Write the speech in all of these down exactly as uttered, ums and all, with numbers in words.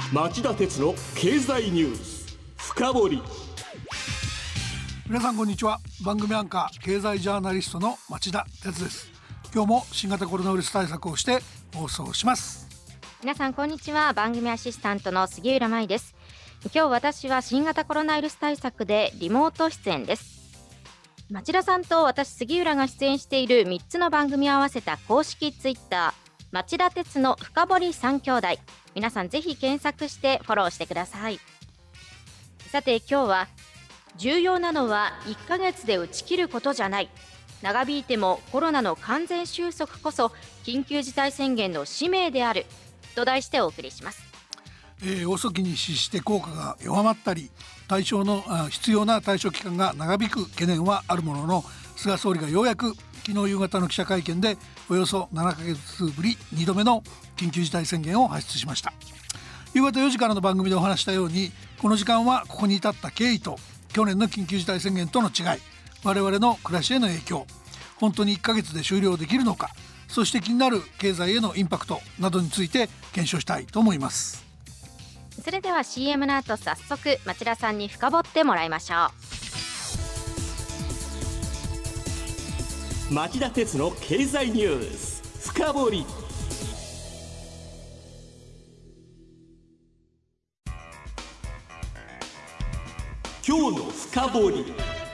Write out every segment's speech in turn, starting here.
町田鉄の経済ニュース深掘り。 皆さんこんにちは。番組アンカー経済ジャーナリストの町田鉄です。今日も新型コロナウイルス対策をして放送します。 皆さんこんにちは。番組アシスタントの杉浦舞です。今日私は新型コロナウイルス対策でリモート出演です。町田さんと私杉浦が出演しているみっつの番組を合わせた公式ツイッター町田鉄の深掘り三兄弟、皆さんぜひ検索してフォローしてください。さて今日は、重要なのはいっかげつで打ち切ることじゃない、長引いてもコロナの完全収束こそ緊急事態宣言の使命であると題してお送りします。 えー、遅きに失して効果が弱まったり、対象の必要な対処期間が長引く懸念はあるものの、菅総理がようやく昨日夕方の記者会見でおよそななかげつぶりにどめの緊急事態宣言を発出しました。夕方よじからの番組でお話したように、この時間はここに至った経緯と去年の緊急事態宣言との違い、我々の暮らしへの影響、本当にいっかげつで終了できるのか、そして気になる経済へのインパクトなどについて検証したいと思います。 それでは シーエム の後、早速町田さんに深掘ってもらいましょう。町田鉄の経済ニュース深掘り。今日の深掘り。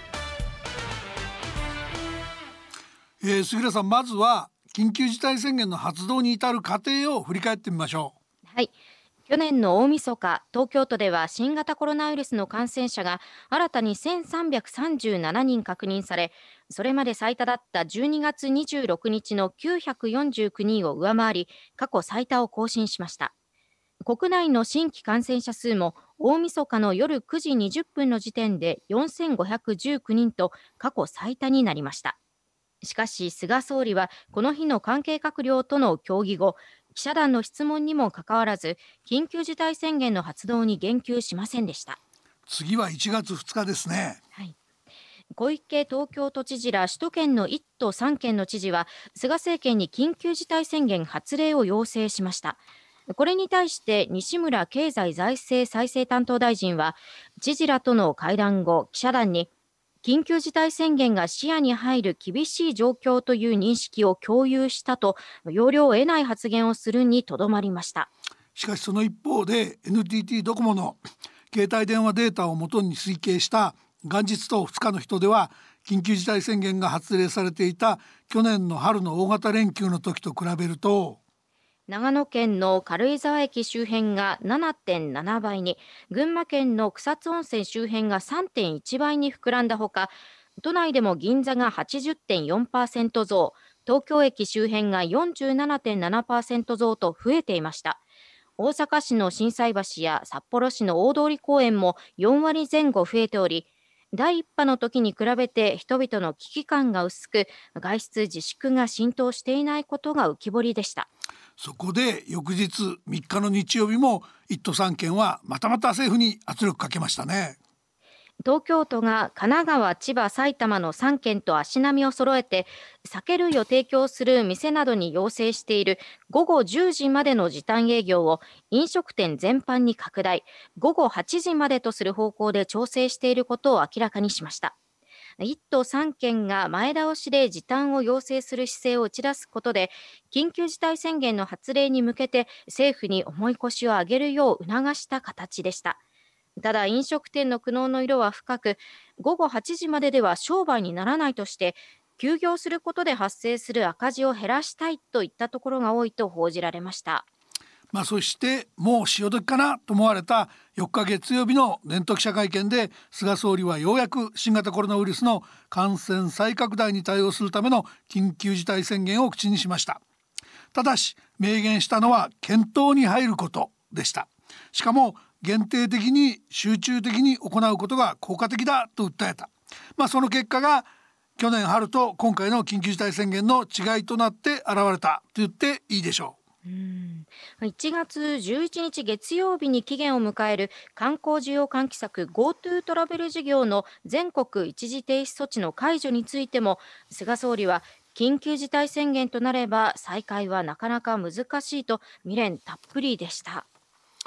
えー、杉浦さん、まずは緊急事態宣言の発動に至る過程を振り返ってみましょう。はい、去年の大晦日、東京都では新型コロナウイルスの感染者が新たにせんさんびゃくさんじゅうななにん確認され、それまで最多だったじゅうにがつにじゅうろくにちのきゅうひゃくよんじゅうきゅうにんを上回り、過去最多を更新しました。国内の新規感染者数も大晦日の夜くじにじゅっぷんの時点でよんせんごひゃくじゅうきゅうにんと過去最多になりました。しかし菅総理はこの日の関係閣僚との協議後、記者団の質問にもかかわらず緊急事態宣言の発動に言及しませんでした。 次はいちがつふつかですね。 はい、小池東京都知事ら首都圏のいっとさんけんの知事は菅政権に緊急事態宣言発令を要請しました。これに対して西村経済財政再生担当大臣は知事らとの会談後、記者団に緊急事態宣言が視野に入る厳しい状況という認識を共有したと要領を得ない発言をするにとどまりました。 しかしその一方で エヌティーティー ドコモの携帯電話データをもとに推計した元日とふつかの人では、緊急事態宣言が発令されていた去年の春の大型連休の時と比べると、 長野県の軽井沢駅周辺が ななてんななばいに、群馬県の草津温泉周辺が さんてんいちばいに膨らんだほか、都内でも銀座が はちじゅってんよんパーセント 増、東京駅周辺が よんじゅうななてんななパーセント 増と増えていました。大阪市の心斎橋や札幌市の大通公園もよんわりぜん後増えており、第一波の時に比べて人々の危機感が薄く、外出自粛が浸透していないことが浮き彫りでした。 そこで翌日みっかの日曜日もいっ都さんけんはまたまた政府に圧力かけましたね。 東京都が神奈川、千葉、埼玉のさんけんと足並みを揃えて酒類を提供する店などに要請しているごごじゅうじまでの時短営業を飲食店全般に拡大、ごごはちじまでとする方向で調整していることを明らかにしました。いっ都さんけんが前倒しで時短を要請する姿勢を打ち出すことで、緊急事態宣言の発令に向けて政府に重い腰を上げるよう促した形でした。ただ飲食店の苦悩の色は深く、ごごはちじまででは商売にならないとして休業することで発生する赤字を減らしたいといったところが多いと報じられました。 まあ、そしてもう潮時かなと思われたよっか月曜日の年頭記者会見で、菅総理はようやく新型コロナウイルスの感染再拡大に対応するための緊急事態宣言を口にしました。ただし明言したのは検討に入ることでした。しかも限定的に集中的に行うことが効果的だと訴えた。まあ、その結果が去年春と今回の緊急事態宣言の違いとなって現れたと言っていいでしょう。 うんいちがつじゅういちにち月曜日に期限を迎える観光需要喚起策 GoTo トラベル事業の全国一時停止措置の解除についても、菅総理は緊急事態宣言となれば再開はなかなか難しいと未練たっぷりでした。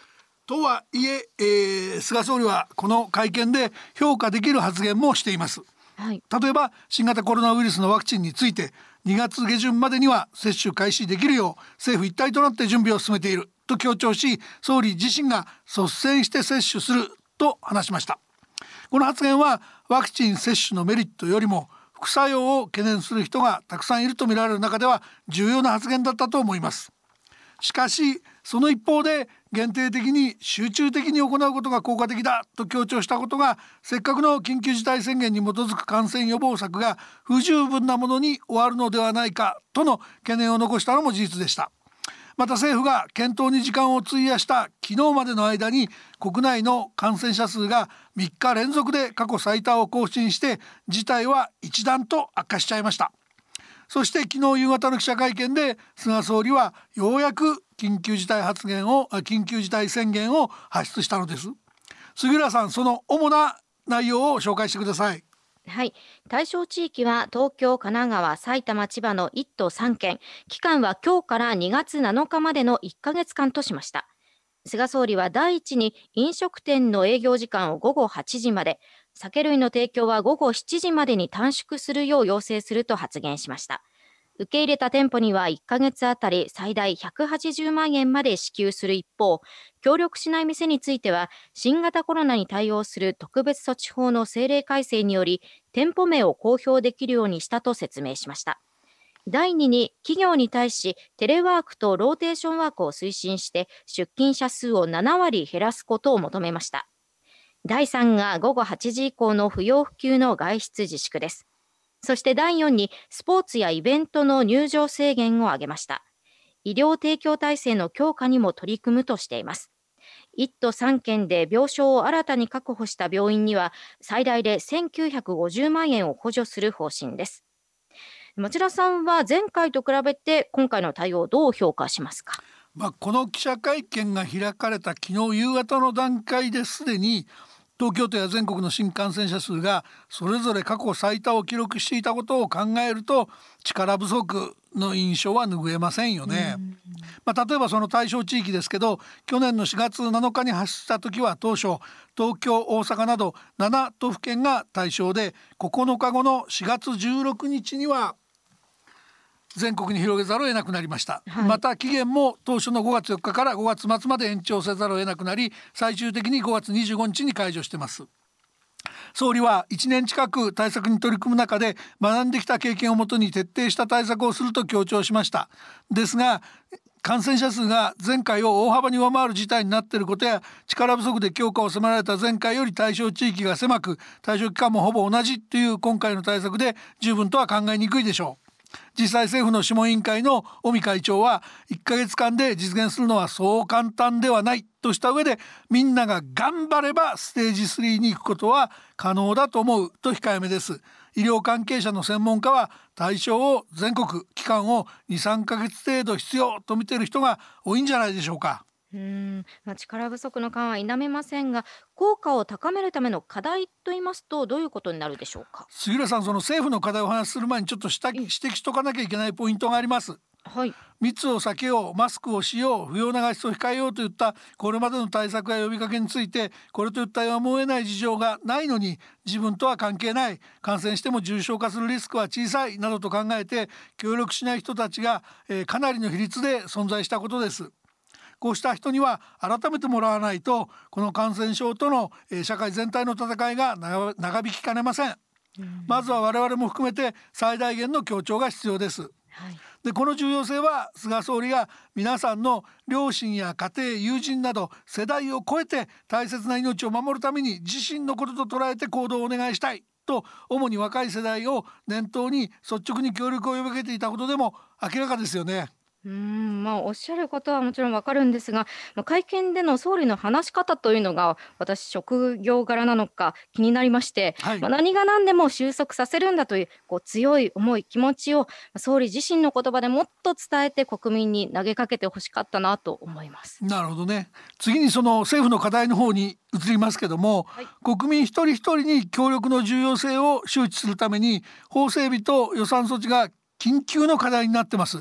とはいええー、菅総理はこの会見で評価できる発言もしています。 はい、 例えば新型コロナウイルスのワクチンについてにがつ下旬までには接種開始できるよう政府一体となって準備を進めていると強調し、総理自身が率先して接種すると話しました。この発言はワクチン接種のメリットよりも副作用を懸念する人がたくさんいると見られる中では重要な発言だったと思います。しかしその一方で限定的に集中的に行うことが効果的だと強調したことが、せっかくの緊急事態宣言に基づく感染予防策が不十分なものに終わるのではないかとの懸念を残したのも事実でした。また政府が検討に時間を費やした昨日までの間に国内の感染者数がみっか連続で過去最多を更新して事態は一段と悪化しちゃいました。そして昨日夕方の記者会見で菅総理はようやく緊急事態発言を緊急事態宣言を発出したのです。杉浦さん、その主な内容を紹介してください。 はい、対象地域は東京、神奈川、埼玉、千葉のいっ都さん県、期間は今日からにがつなのかまでのいっかげつかんとしました。菅総理は第一に飲食店の営業時間をごごはちじまで、酒類の提供はごごしちじまでに短縮するよう要請すると発言しました。受け入れた店舗にはいっかげつあたり最大ひゃくはちじゅうまんえんまで支給する一方、協力しない店については新型コロナに対応する特別措置法の政令改正により店舗名を公表できるようにしたと説明しました。だいにに企業に対しテレワークとローテーションワークを推進して出勤者数をななわり減らすことを求めました。だいさんがごごはちじ以降の不要不急の外出自粛です。そしてだいよんにスポーツやイベントの入場制限を挙げました。医療提供体制の強化にも取り組むとしています。いっ都さん県で病床を新たに確保した病院には最大でせんきゅうひゃくごじゅうまんえんを補助する方針です。町田さんは前回と比べて今回の対応をどう評価しますか？ まあ、この記者会見が開かれた昨日夕方の段階ですでに東京都や全国の新感染者数がそれぞれ過去最多を記録していたことを考えると力不足の印象は拭えませんよね。まあ、例えばその対象地域ですけど、去年のしがつなのかに発した時は当初東京、大阪などなな都府県が対象で、ここのかごのしがつじゅうろくにちには全国に広げざるを得なくなりました、はい、また期限も当初のごがつよっかからごがつ末まで延長せざるを得なくなり、最終的にごがつにじゅうごにちに解除しています。総理はいちねん近く対策に取り組む中で学んできた経験をもとに徹底した対策をすると強調しました。ですが感染者数が前回を大幅に上回る事態になっていることや力不足で強化を迫られた前回より対象地域が狭く対象期間もほぼ同じという今回の対策で十分とは考えにくいでしょう。実際政府の諮問委員会の尾身会長はいっかげつかんで実現するのはそう簡単ではないとした上で、みんなが頑張ればステージスリーに行くことは可能だと思うと控えめです。医療関係者の専門家は対象を全国期間を にさんかげつ程度必要と見ている人が多いんじゃないでしょうか。 うーん、まあ、力不足の感は否めませんが、効果を高めるための課題といいますとどういうことになるでしょうか？ 杉浦さん、その政府の課題をお話しする前にちょっと指摘指摘しとかなきゃいけないポイントがあります。 はい、 密を避けよう、マスクをしよう、不要な外出を控えようといったこれまでの対策や呼びかけについて、これといったやむを得ない事情がないのに自分とは関係ない、感染しても重症化するリスクは小さいなどと考えて協力しない人たちが、えー、かなりの比率で存在したことです。こうした人には改めてもらわないとこの感染症との、えー、社会全体の戦いが長長引きかねません。まずは我々も含めて最大限の協調が必要です。はい、でこの重要性は菅総理が皆さんの両親や家庭、友人など世代を超えて大切な命を守るために自身のことと捉えて行動をお願いしたいと、主に若い世代を念頭に率直に協力を呼びかけていたことでも明らかですよね。 うーん、まあ、おっしゃることはもちろんわかるんですが、まあ、会見での総理の話し方というのが私職業柄なのか気になりまして、はい、まあ、何が何でも収束させるんだという、こう強い思い気持ちを総理自身の言葉でもっと伝えて国民に投げかけてほしかったなと思います。 なるほどね。次にその政府の課題の方に移りますけども、はい、国民一人一人に協力の重要性を周知するために法整備と予算措置が緊急の課題になってます。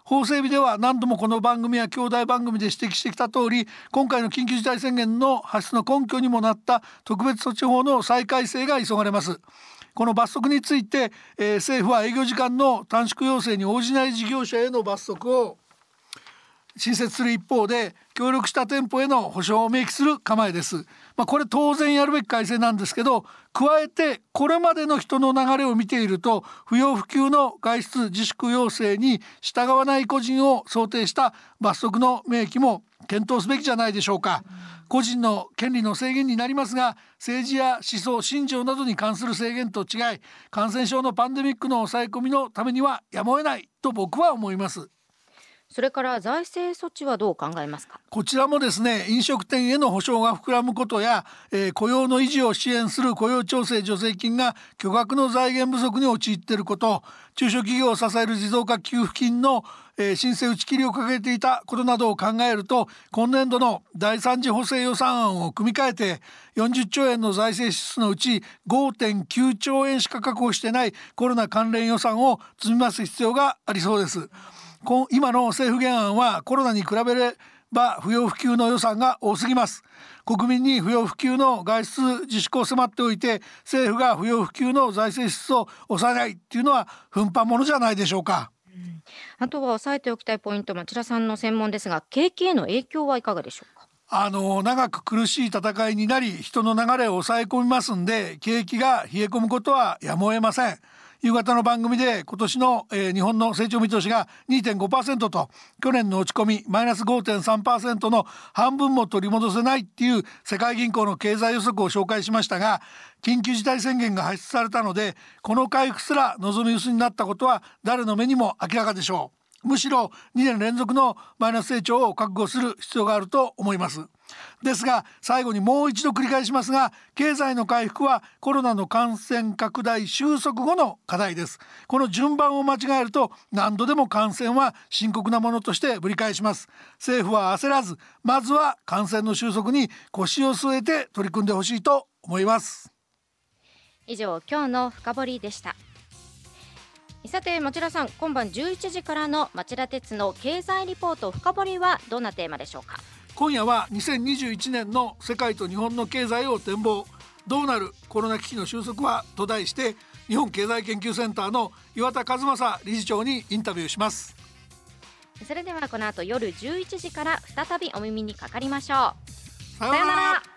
法整備では何度もこの番組や兄弟番組で指摘してきた通り、今回の緊急事態宣言の発出の根拠にもなった特別措置法の再改正が急がれます。この罰則について、えー、政府は営業時間の短縮要請に応じない事業者への罰則を新設する一方で、協力した店舗への補償を明記する構えです。まあ、これ当然やるべき改正なんですけど、加えてこれまでの人の流れを見ていると、不要不急の外出自粛要請に従わない個人を想定した罰則の明記も検討すべきじゃないでしょうか。個人の権利の制限になりますが、政治や思想信条などに関する制限と違い、感染症のパンデミックの抑え込みのためにはやむを得ないと僕は思います。 それから財政措置はどう考えますか。 こちらもですね、飲食店への補償が膨らむことや、えー、雇用の維持を支援する雇用調整助成金が巨額の財源不足に陥っていること、中小企業を支える持続化給付金の、えー、申請打ち切りを掲げていたことなどを考えると、今年度のだいさん次補正予算案を組み替えてよんじゅっちょうえんの財政支出のうち ごてんきゅうちょうえんしか確保してないコロナ関連予算を積み増す必要がありそうです。今の政府原案はコロナに比べれば不要不急の予算が多すぎます。国民に不要不急の外出自粛を迫っておいて、政府が不要不急の財政支出を抑えないっていうのは奮発ものじゃないでしょうか。 うん、あとは押さえておきたいポイント、町田さんの専門ですが、景気への影響はいかがでしょうか。 あの長く苦しい戦いになり、人の流れを抑え込みますんで、景気が冷え込むことはやむを得ません。夕方の番組で今年の、えー、日本の成長見通しが にてんごパーセント と、去年の落ち込みマイナス ごてんさんパーセント の半分も取り戻せないっていう世界銀行の経済予測を紹介しましたが、緊急事態宣言が発出されたので、この回復すら望み薄になったことは誰の目にも明らかでしょう。むしろにねん連続のマイナス成長を覚悟する必要があると思います。ですが最後にもう一度繰り返しますが、経済の回復はコロナの感染拡大収束後の課題です。この順番を間違えると何度でも感染は深刻なものとしてぶり返します。政府は焦らず、まずは感染の収束に腰を据えて取り組んでほしいと思います。 以上、今日の深掘りでした。さて町田さん、今晩じゅういちじからの町田鉄の経済リポート深掘りはどんなテーマでしょうか。 今夜はにせんにじゅういちねんの世界と日本の経済を展望、どうなるコロナ危機の収束はと題して、日本経済研究センターの岩田和正理事長にインタビューします。 それではこの後夜じゅういちじから再びお耳にかかりましょう。 さようなら。